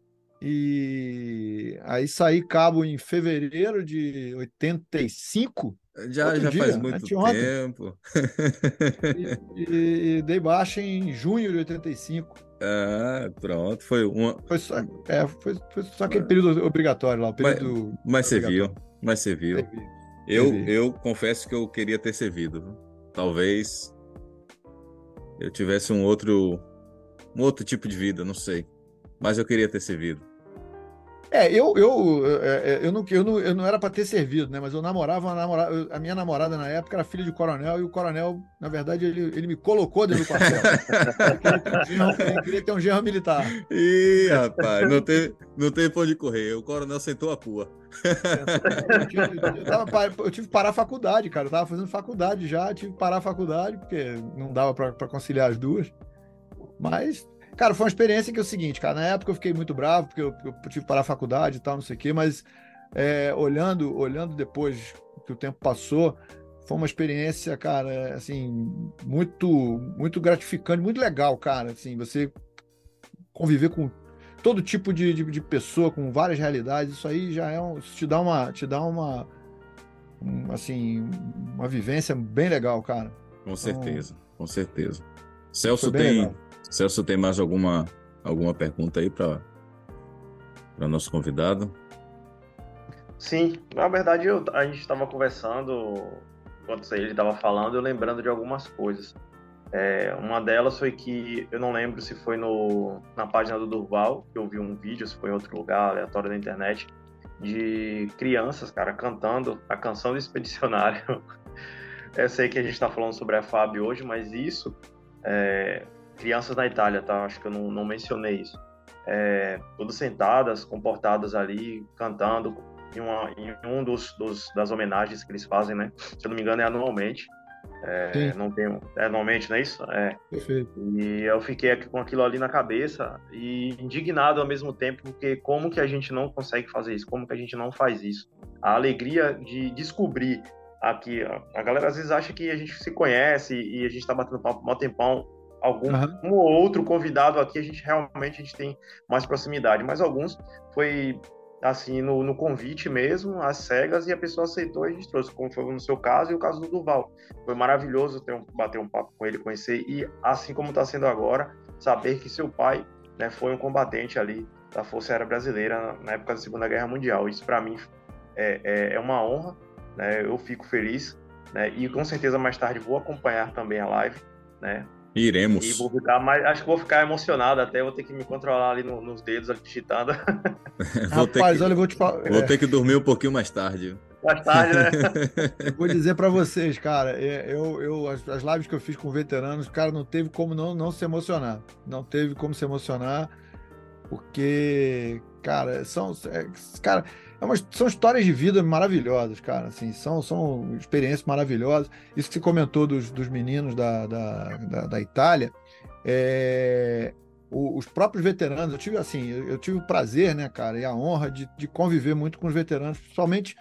[SPEAKER 3] e aí saí cabo em fevereiro de 85.
[SPEAKER 1] Já faz muito tempo.
[SPEAKER 3] E dei baixa em junho de 85.
[SPEAKER 1] Ah, pronto. Foi
[SPEAKER 3] só aquele período obrigatório lá.
[SPEAKER 1] Mas serviu. Eu confesso que eu queria ter servido. Talvez eu tivesse um outro tipo de vida, não sei. Mas eu queria ter servido.
[SPEAKER 3] Eu não era para ter servido, né? Mas eu namorava a minha namorada na época era filha de coronel, e o coronel, na verdade, ele me colocou dentro do quartel. Ele queria ter um genro militar.
[SPEAKER 1] Ih, rapaz, não teve pra onde correr. O coronel sentou a pua.
[SPEAKER 3] Eu tive que parar a faculdade, cara. Eu tava fazendo faculdade já, tive que parar a faculdade, porque não dava para conciliar as duas. Mas, cara, foi uma experiência que é o seguinte, cara, na época eu fiquei muito bravo, porque eu tive que parar a faculdade e tal, não sei o quê, mas olhando depois que o tempo passou, foi uma experiência, cara, assim, muito, muito gratificante, muito legal, cara, assim, você conviver com todo tipo de pessoa, com várias realidades, isso aí já te dá uma vivência bem legal, cara.
[SPEAKER 1] Com certeza. Celso tem mais alguma pergunta aí para nosso convidado?
[SPEAKER 2] Sim, na verdade a gente estava conversando, enquanto ele estava falando, eu lembrando de algumas coisas. Uma delas foi que, eu não lembro se foi na página do Durval, que eu vi um vídeo, se foi em outro lugar aleatório da internet, de crianças, cara, cantando a canção do Expedicionário. Eu sei que a gente está falando sobre a FAB hoje, mas isso, crianças na Itália, tá? Acho que eu não mencionei isso. Todas sentadas, comportadas ali, cantando em um das homenagens que eles fazem, né? Se eu não me engano, é anualmente. Anualmente, não é isso?
[SPEAKER 3] Perfeito.
[SPEAKER 2] E eu fiquei aqui com aquilo ali na cabeça e indignado ao mesmo tempo, porque como que a gente não consegue fazer isso? Como que a gente não faz isso? A alegria de descobrir aqui, a galera às vezes acha que a gente se conhece e a gente tá batendo papo um tempão, um ou outro convidado aqui a gente tem mais proximidade, mas alguns foi assim, no convite mesmo, às cegas, e a pessoa aceitou e a gente trouxe, como foi no seu caso e o caso do Durval. Foi maravilhoso bater um papo com ele, conhecer, e assim como está sendo agora, saber que seu pai, né, foi um combatente ali da Força Aérea Brasileira na época da Segunda Guerra Mundial. Isso para mim é uma honra, né? Eu fico feliz, né? E com certeza mais tarde vou acompanhar também a live, né?
[SPEAKER 1] Iremos.
[SPEAKER 2] E acho que vou ficar emocionado até, vou ter que me controlar ali nos dedos, ali, digitando.
[SPEAKER 3] Rapaz, olha, eu vou te falar.
[SPEAKER 1] Vou ter que dormir um pouquinho mais tarde.
[SPEAKER 2] Mais tarde, né?
[SPEAKER 3] Eu vou dizer para vocês, cara, as lives que eu fiz com veteranos, cara, não teve como não se emocionar. Não teve como se emocionar, porque, cara, são histórias de vida maravilhosas, cara, assim, são experiências maravilhosas. Isso que você comentou dos meninos da Itália, os próprios veteranos, eu tive o prazer, né, cara, e a honra de conviver muito com os veteranos, principalmente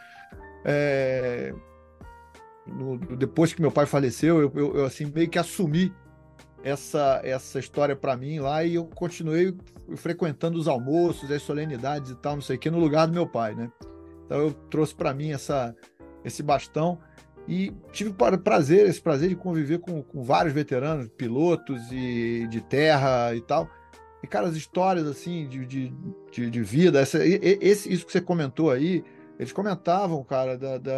[SPEAKER 3] depois que meu pai faleceu, eu assim, meio que assumi essa história para mim lá e eu continuei frequentando os almoços, as solenidades e tal, não sei o que, no lugar do meu pai, né? Então eu trouxe para mim esse bastão e tive esse prazer de conviver com vários veteranos, pilotos e de terra e tal. E, cara, as histórias, assim, de vida, isso que você comentou aí, eles comentavam, cara,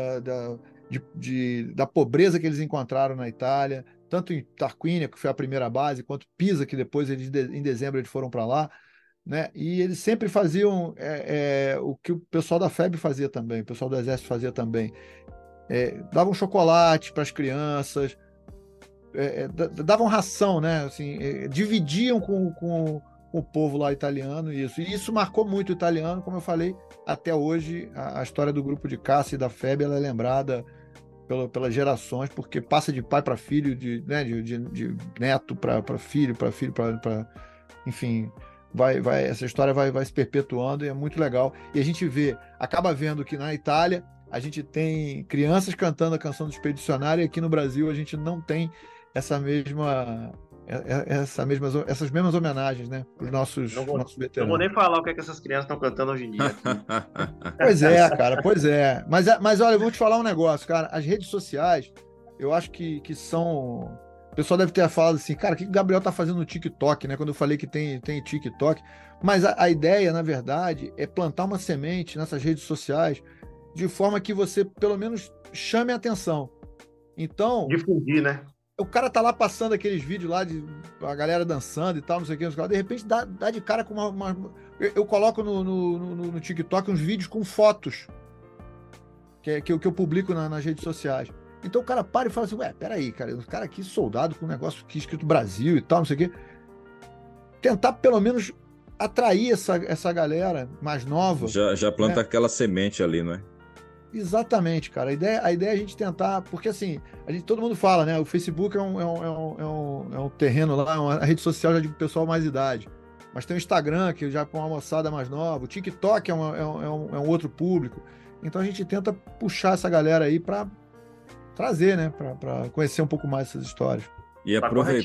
[SPEAKER 3] da pobreza que eles encontraram na Itália, tanto em Tarquínia, que foi a primeira base, quanto Pisa, que depois, em dezembro, eles foram para lá, né? E eles sempre faziam o que o pessoal da FEB fazia também, o pessoal do Exército fazia também. Davam chocolate para as crianças, davam ração, né? Assim, dividiam com o povo lá italiano isso. E isso marcou muito o italiano, como eu falei, até hoje a história do grupo de caça e da FEB ela é lembrada pelas gerações, porque passa de pai para filho, de neto para filho, enfim, essa história vai se perpetuando e é muito legal. E a gente acaba vendo que na Itália a gente tem crianças cantando a canção do Expedicionário e aqui no Brasil a gente não tem essas mesmas homenagens, né, para os nossos veteranos.
[SPEAKER 2] Não vou nem falar o que essas crianças estão cantando hoje em dia.
[SPEAKER 3] Pois é, cara, pois é. Mas olha, eu vou te falar um negócio, cara. As redes sociais, eu acho que são... O pessoal deve ter falado assim, cara, o que o Gabriel tá fazendo no TikTok, né? Quando eu falei que tem TikTok. Mas a ideia, na verdade, é plantar uma semente nessas redes sociais de forma que você, pelo menos, chame a atenção. Então...
[SPEAKER 2] Difundir, né?
[SPEAKER 3] O cara tá lá passando aqueles vídeos lá de a galera dançando e tal, não sei o que, de repente dá de cara com eu coloco no TikTok uns vídeos com fotos que eu publico nas redes sociais. Então o cara para e fala assim, peraí, cara, o cara aqui soldado com um negócio aqui escrito Brasil e tal, não sei o que. Tentar pelo menos atrair essa galera mais nova.
[SPEAKER 1] Já planta aquela semente ali, não é?
[SPEAKER 3] Exatamente, cara. A ideia é a gente tentar, porque assim, todo mundo fala, né? O Facebook é um terreno lá, uma rede social já de pessoal mais idade. Mas tem o Instagram, que já é para uma moçada mais nova. O TikTok é um outro público. Então a gente tenta puxar essa galera aí para trazer, né? Para conhecer um pouco mais essas histórias.
[SPEAKER 1] E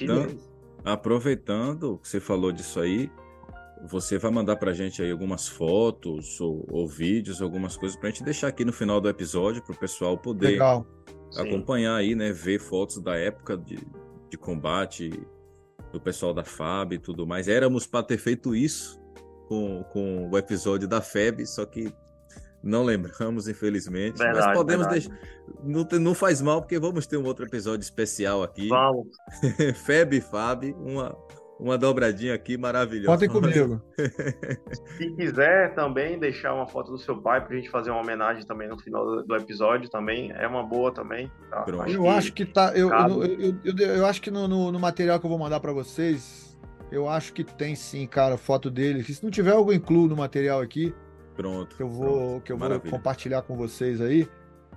[SPEAKER 1] aproveitando que você falou disso aí, você vai mandar pra gente aí algumas fotos ou vídeos, algumas coisas pra gente deixar aqui no final do episódio pro pessoal poder acompanhar aí, né? Ver fotos da época de combate do pessoal da FAB e tudo mais. Éramos para ter feito isso com o episódio da FEB, só que não lembramos, infelizmente.
[SPEAKER 2] Verdade,
[SPEAKER 1] mas podemos deixar. Não faz mal, porque vamos ter um outro episódio especial aqui.
[SPEAKER 2] Vamos.
[SPEAKER 1] FEB e FAB, uma dobradinha aqui maravilhosa.
[SPEAKER 3] Contem comigo.
[SPEAKER 2] Se quiser também deixar uma foto do seu pai pra gente fazer uma homenagem também no final do episódio, também é uma boa também. Tá?
[SPEAKER 3] Acho que tá. Eu acho que no material que eu vou mandar para vocês, eu acho que tem sim, cara, foto dele. Se não tiver, eu incluo no material aqui.
[SPEAKER 1] Pronto.
[SPEAKER 3] Que eu vou compartilhar com vocês aí.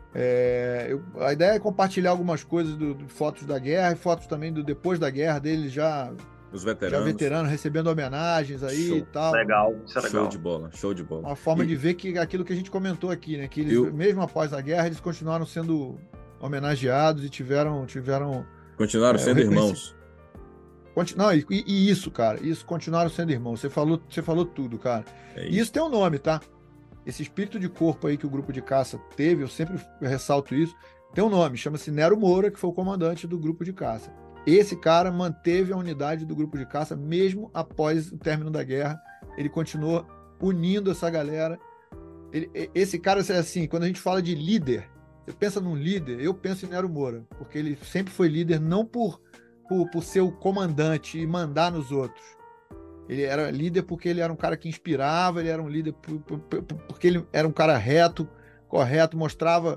[SPEAKER 3] A ideia é compartilhar algumas coisas de fotos da guerra e fotos também do depois da guerra dele
[SPEAKER 1] os veteranos
[SPEAKER 3] recebendo homenagens aí e tal.
[SPEAKER 2] Legal, isso é legal.
[SPEAKER 1] Show de bola.
[SPEAKER 3] Uma forma de ver que aquilo que a gente comentou aqui, né? Que eles, mesmo após a guerra, eles continuaram sendo homenageados e
[SPEAKER 1] continuaram sendo irmãos.
[SPEAKER 3] Não, e isso, cara, continuaram sendo irmãos. Você falou tudo, cara. E isso tem um nome, tá? Esse espírito de corpo aí que o grupo de caça teve, eu sempre ressalto isso, tem um nome, chama-se Nero Moura, que foi o comandante do grupo de caça. Esse cara manteve a unidade do grupo de caça mesmo após o término da guerra. Ele continuou unindo essa galera. Esse cara, assim, quando a gente fala de líder, você pensa num líder, eu penso em Nero Moura, porque ele sempre foi líder não por ser o comandante e mandar nos outros. Ele era líder porque ele era um cara que inspirava, ele era um líder porque ele era um cara reto, correto, mostrava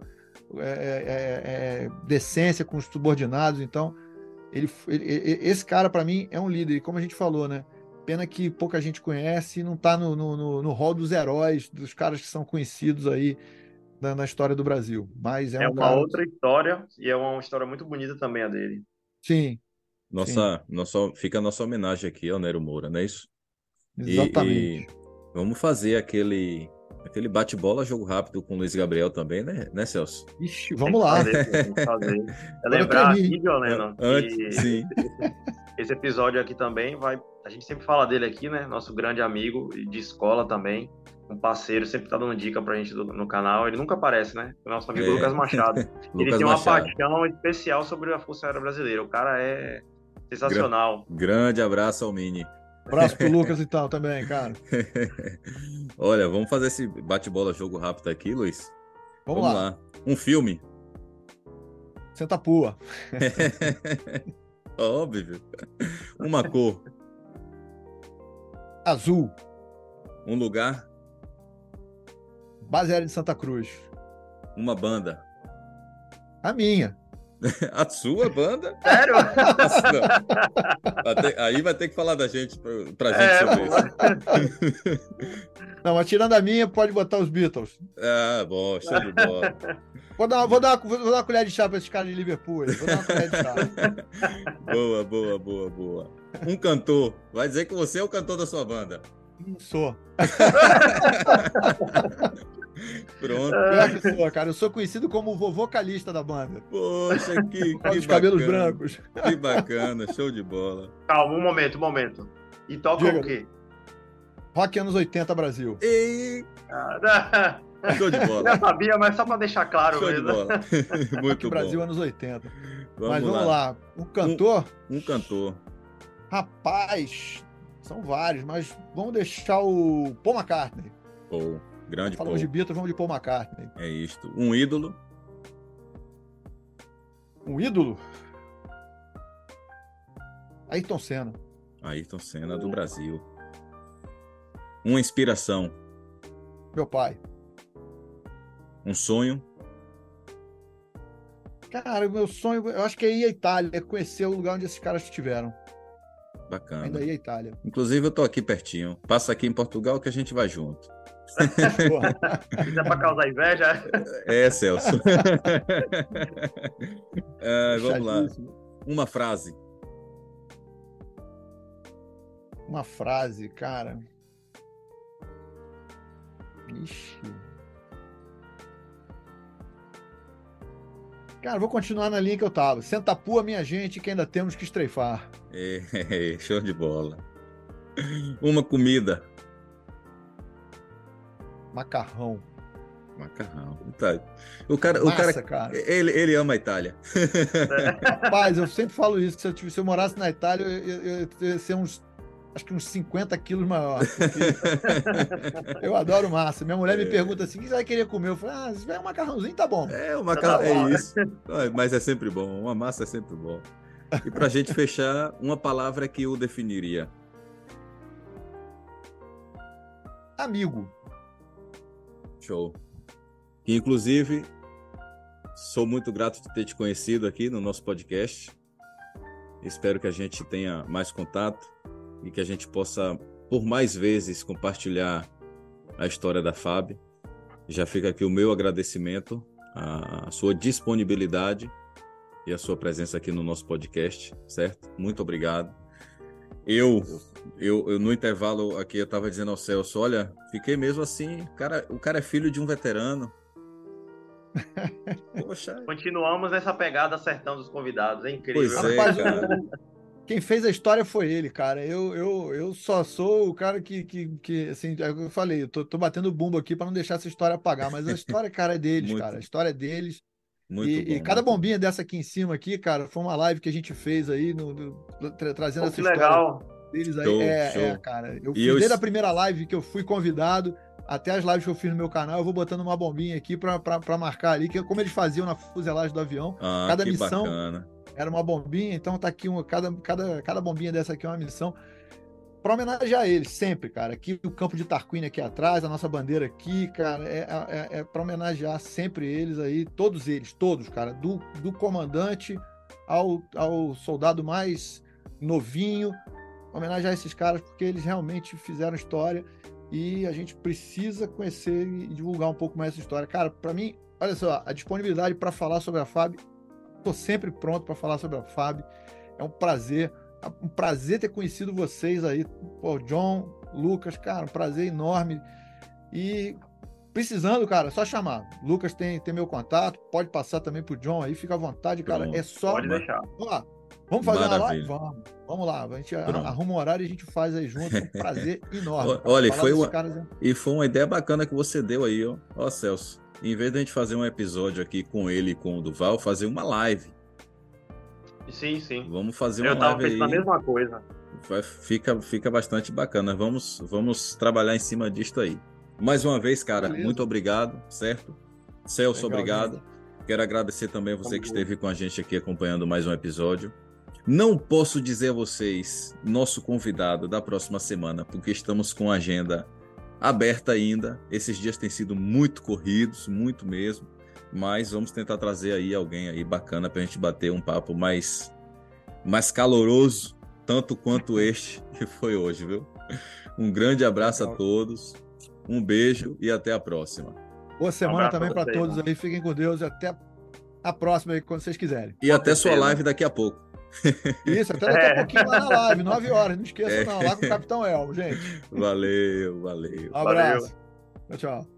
[SPEAKER 3] decência com os subordinados. Então, esse cara, para mim, é um líder. E como a gente falou, né? Pena que pouca gente conhece e não está no hall dos heróis, dos caras que são conhecidos aí na história do Brasil. Mas é um
[SPEAKER 2] uma outra história, e é uma história muito bonita também a dele.
[SPEAKER 3] Sim.
[SPEAKER 1] Fica a nossa homenagem aqui ao Nero Moura, não é isso?
[SPEAKER 3] Exatamente.
[SPEAKER 1] E vamos fazer aquele bate-bola, jogo rápido com o Luiz Gabriel também, né, Celso?
[SPEAKER 3] Ixi, vamos lá.
[SPEAKER 2] Tem que fazer. É lembrar aqui, Leonardo,
[SPEAKER 1] sim.
[SPEAKER 2] esse episódio aqui também a gente sempre fala dele aqui, né? Nosso grande amigo de escola também, um parceiro, sempre tá dando dica pra gente no canal. Ele nunca aparece, né? O nosso amigo Lucas Machado. Ele
[SPEAKER 1] Lucas
[SPEAKER 2] tem uma
[SPEAKER 1] Machado.
[SPEAKER 2] paixão especial sobre a Força Aérea Brasileira. O cara é sensacional.
[SPEAKER 1] Grande abraço ao Mini.
[SPEAKER 3] Abraço pro Lucas e tal também, cara.
[SPEAKER 1] Olha, vamos fazer esse bate-bola jogo rápido aqui, Luiz.
[SPEAKER 3] Vamos lá.
[SPEAKER 1] Um filme.
[SPEAKER 3] Senta pua.
[SPEAKER 1] Óbvio. Uma cor.
[SPEAKER 3] Azul.
[SPEAKER 1] Um lugar.
[SPEAKER 3] Base aérea de Santa Cruz.
[SPEAKER 1] Uma banda.
[SPEAKER 3] A minha.
[SPEAKER 1] A sua banda?
[SPEAKER 2] Sério?
[SPEAKER 1] Aí vai ter que falar da gente, pra gente sobre isso.
[SPEAKER 3] Não, mas tirando a minha, pode botar os Beatles.
[SPEAKER 1] Ah, bom, show de bola.
[SPEAKER 3] Vou dar uma colher de chá pra esses caras de Liverpool. Vou dar uma colher de chá.
[SPEAKER 1] Boa. Um cantor. Vai dizer que você é o cantor da sua banda.
[SPEAKER 3] Não sou.
[SPEAKER 1] Pronto.
[SPEAKER 3] Pior que sou, cara. Eu sou conhecido como o vocalista da banda.
[SPEAKER 1] Poxa, que
[SPEAKER 3] Os cabelos brancos.
[SPEAKER 1] Que bacana, show de bola.
[SPEAKER 2] Calma, um momento. E toca o quê?
[SPEAKER 3] Rock anos 80 Brasil.
[SPEAKER 1] Show de bola.
[SPEAKER 2] Já sabia, mas só pra deixar claro
[SPEAKER 1] Show
[SPEAKER 2] mesmo.
[SPEAKER 1] de bola. Muito
[SPEAKER 3] Rock
[SPEAKER 1] bom.
[SPEAKER 3] Brasil anos 80.
[SPEAKER 1] Vamos
[SPEAKER 3] lá. Um cantor?
[SPEAKER 1] Um cantor.
[SPEAKER 3] Rapaz, são vários, mas vamos deixar o Paul McCartney.
[SPEAKER 1] Paul, grande Paul.
[SPEAKER 3] Falamos de Beatles, vamos de Paul McCartney.
[SPEAKER 1] É isto. Um ídolo.
[SPEAKER 3] Um ídolo? Ayrton Senna.
[SPEAKER 1] Ayrton Senna do Brasil. Uma inspiração.
[SPEAKER 3] Meu pai.
[SPEAKER 1] Um sonho.
[SPEAKER 3] Cara, o meu sonho, eu acho que é ir à Itália, conhecer o lugar onde esses caras estiveram.
[SPEAKER 1] Bacana.
[SPEAKER 3] Ainda ir à Itália.
[SPEAKER 1] Inclusive, eu tô aqui pertinho. Passa aqui em Portugal que a gente vai junto.
[SPEAKER 2] Isso é pra causar inveja?
[SPEAKER 1] É, Celso. Vamos lá. Uma frase.
[SPEAKER 3] Uma frase, cara. Ixi. Cara, vou continuar na linha que eu tava. Senta pua, minha gente, que ainda temos que estreifar.
[SPEAKER 1] Show de bola. Uma comida.
[SPEAKER 3] Macarrão.
[SPEAKER 1] Tá. O cara, ele ama a Itália.
[SPEAKER 3] Rapaz, eu sempre falo isso, que se eu morasse na Itália, eu ia ser acho que uns 50 quilos maior. Eu adoro massa. Minha mulher me pergunta assim, o que você vai querer comer? Eu falo, se tiver um macarrãozinho, tá bom.
[SPEAKER 1] O macarrão é isso. Mas é sempre bom, uma massa é sempre bom. E pra gente fechar, uma palavra que o definiria.
[SPEAKER 3] Amigo.
[SPEAKER 1] Show. Que, inclusive, sou muito grato de ter te conhecido aqui no nosso podcast. Espero que a gente tenha mais contato e que a gente possa, por mais vezes, compartilhar a história da FAB. Já fica aqui o meu agradecimento, a sua disponibilidade e a sua presença aqui no nosso podcast, certo? Muito obrigado. Eu no intervalo aqui, eu estava dizendo ao Celso, olha, fiquei mesmo assim, o cara é filho de um veterano. Poxa.
[SPEAKER 2] Continuamos essa pegada acertando os convidados, é incrível.
[SPEAKER 1] Pois é,
[SPEAKER 3] Rapaz,
[SPEAKER 1] cara.
[SPEAKER 3] Quem fez a história foi ele, cara. Eu só sou o cara que assim, eu falei, eu tô batendo bumbo aqui para não deixar essa história apagar, mas a história, cara, é deles, cara. A história é deles. E cada bombinha dessa aqui em cima aqui, cara, foi uma live que a gente fez aí, trazendo essa história
[SPEAKER 2] legal.
[SPEAKER 3] deles aí. Cara. Eu fiz desde a primeira live que eu fui convidado até as lives que eu fiz no meu canal, eu vou botando uma bombinha aqui para marcar ali, que é como eles faziam na fuselagem do avião. Cada missão
[SPEAKER 1] bacana.
[SPEAKER 3] Era uma bombinha, então tá aqui cada bombinha dessa aqui é uma missão para homenagear eles, sempre, cara. Aqui o campo de Tarquínio aqui atrás, a nossa bandeira aqui, cara, é para homenagear sempre eles aí, todos, cara, do comandante ao soldado mais novinho, homenagear esses caras, porque eles realmente fizeram história e a gente precisa conhecer e divulgar um pouco mais essa história. Cara, para mim, olha só, a disponibilidade para falar sobre a FAB, estou sempre pronto para falar sobre a FAB, é um prazer ter conhecido vocês aí, pô, John, Lucas, cara, um prazer enorme. E precisando, cara, é só chamar. Lucas tem meu contato, pode passar também pro John aí, fica à vontade, cara. É só.
[SPEAKER 2] Pode deixar.
[SPEAKER 3] Ó, Vamos fazer uma live?
[SPEAKER 1] Maravilha.
[SPEAKER 3] Vamos lá. A gente
[SPEAKER 1] Pronto.
[SPEAKER 3] arruma um horário e a gente faz aí junto. É um prazer enorme.
[SPEAKER 1] Olha,
[SPEAKER 3] Falar desses caras,
[SPEAKER 1] e foi uma ideia bacana que você deu aí, ó. Ó, Celso, em vez de a gente fazer um episódio aqui com ele e com o Duval, fazer uma live.
[SPEAKER 2] Sim, sim.
[SPEAKER 1] Vamos fazer uma
[SPEAKER 2] Eu tava
[SPEAKER 1] live
[SPEAKER 2] pensando a
[SPEAKER 1] aí.
[SPEAKER 2] mesma coisa.
[SPEAKER 1] Fica bastante bacana. Vamos trabalhar em cima disto aí. Mais uma vez, cara,
[SPEAKER 3] Beleza.
[SPEAKER 1] muito obrigado, certo? Celso,
[SPEAKER 3] Legal,
[SPEAKER 1] obrigado.
[SPEAKER 3] gente.
[SPEAKER 1] Quero agradecer também a você que
[SPEAKER 2] Tamo
[SPEAKER 1] esteve com a gente aqui acompanhando mais um episódio. Não posso dizer a vocês nosso convidado da próxima semana, porque estamos com a agenda aberta ainda. Esses dias têm sido muito corridos, muito mesmo. Mas vamos tentar trazer aí alguém aí bacana para a gente bater um papo mais caloroso, tanto quanto este que foi hoje, viu? Um grande abraço a todos, um beijo e até a próxima.
[SPEAKER 3] Boa semana
[SPEAKER 2] abraço
[SPEAKER 3] também
[SPEAKER 2] pra
[SPEAKER 3] para
[SPEAKER 2] vocês,
[SPEAKER 3] todos
[SPEAKER 2] né?
[SPEAKER 3] aí. Fiquem com Deus e até a próxima aí, quando vocês quiserem.
[SPEAKER 1] E
[SPEAKER 2] Com
[SPEAKER 1] até sua
[SPEAKER 2] certeza.
[SPEAKER 1] live daqui a pouco.
[SPEAKER 3] Isso, até daqui a pouquinho lá na live, 9 horas. Não esqueçam, não. Lá com o Capitão Elmo, gente.
[SPEAKER 1] Valeu.
[SPEAKER 3] Um abraço. Tchau, tchau.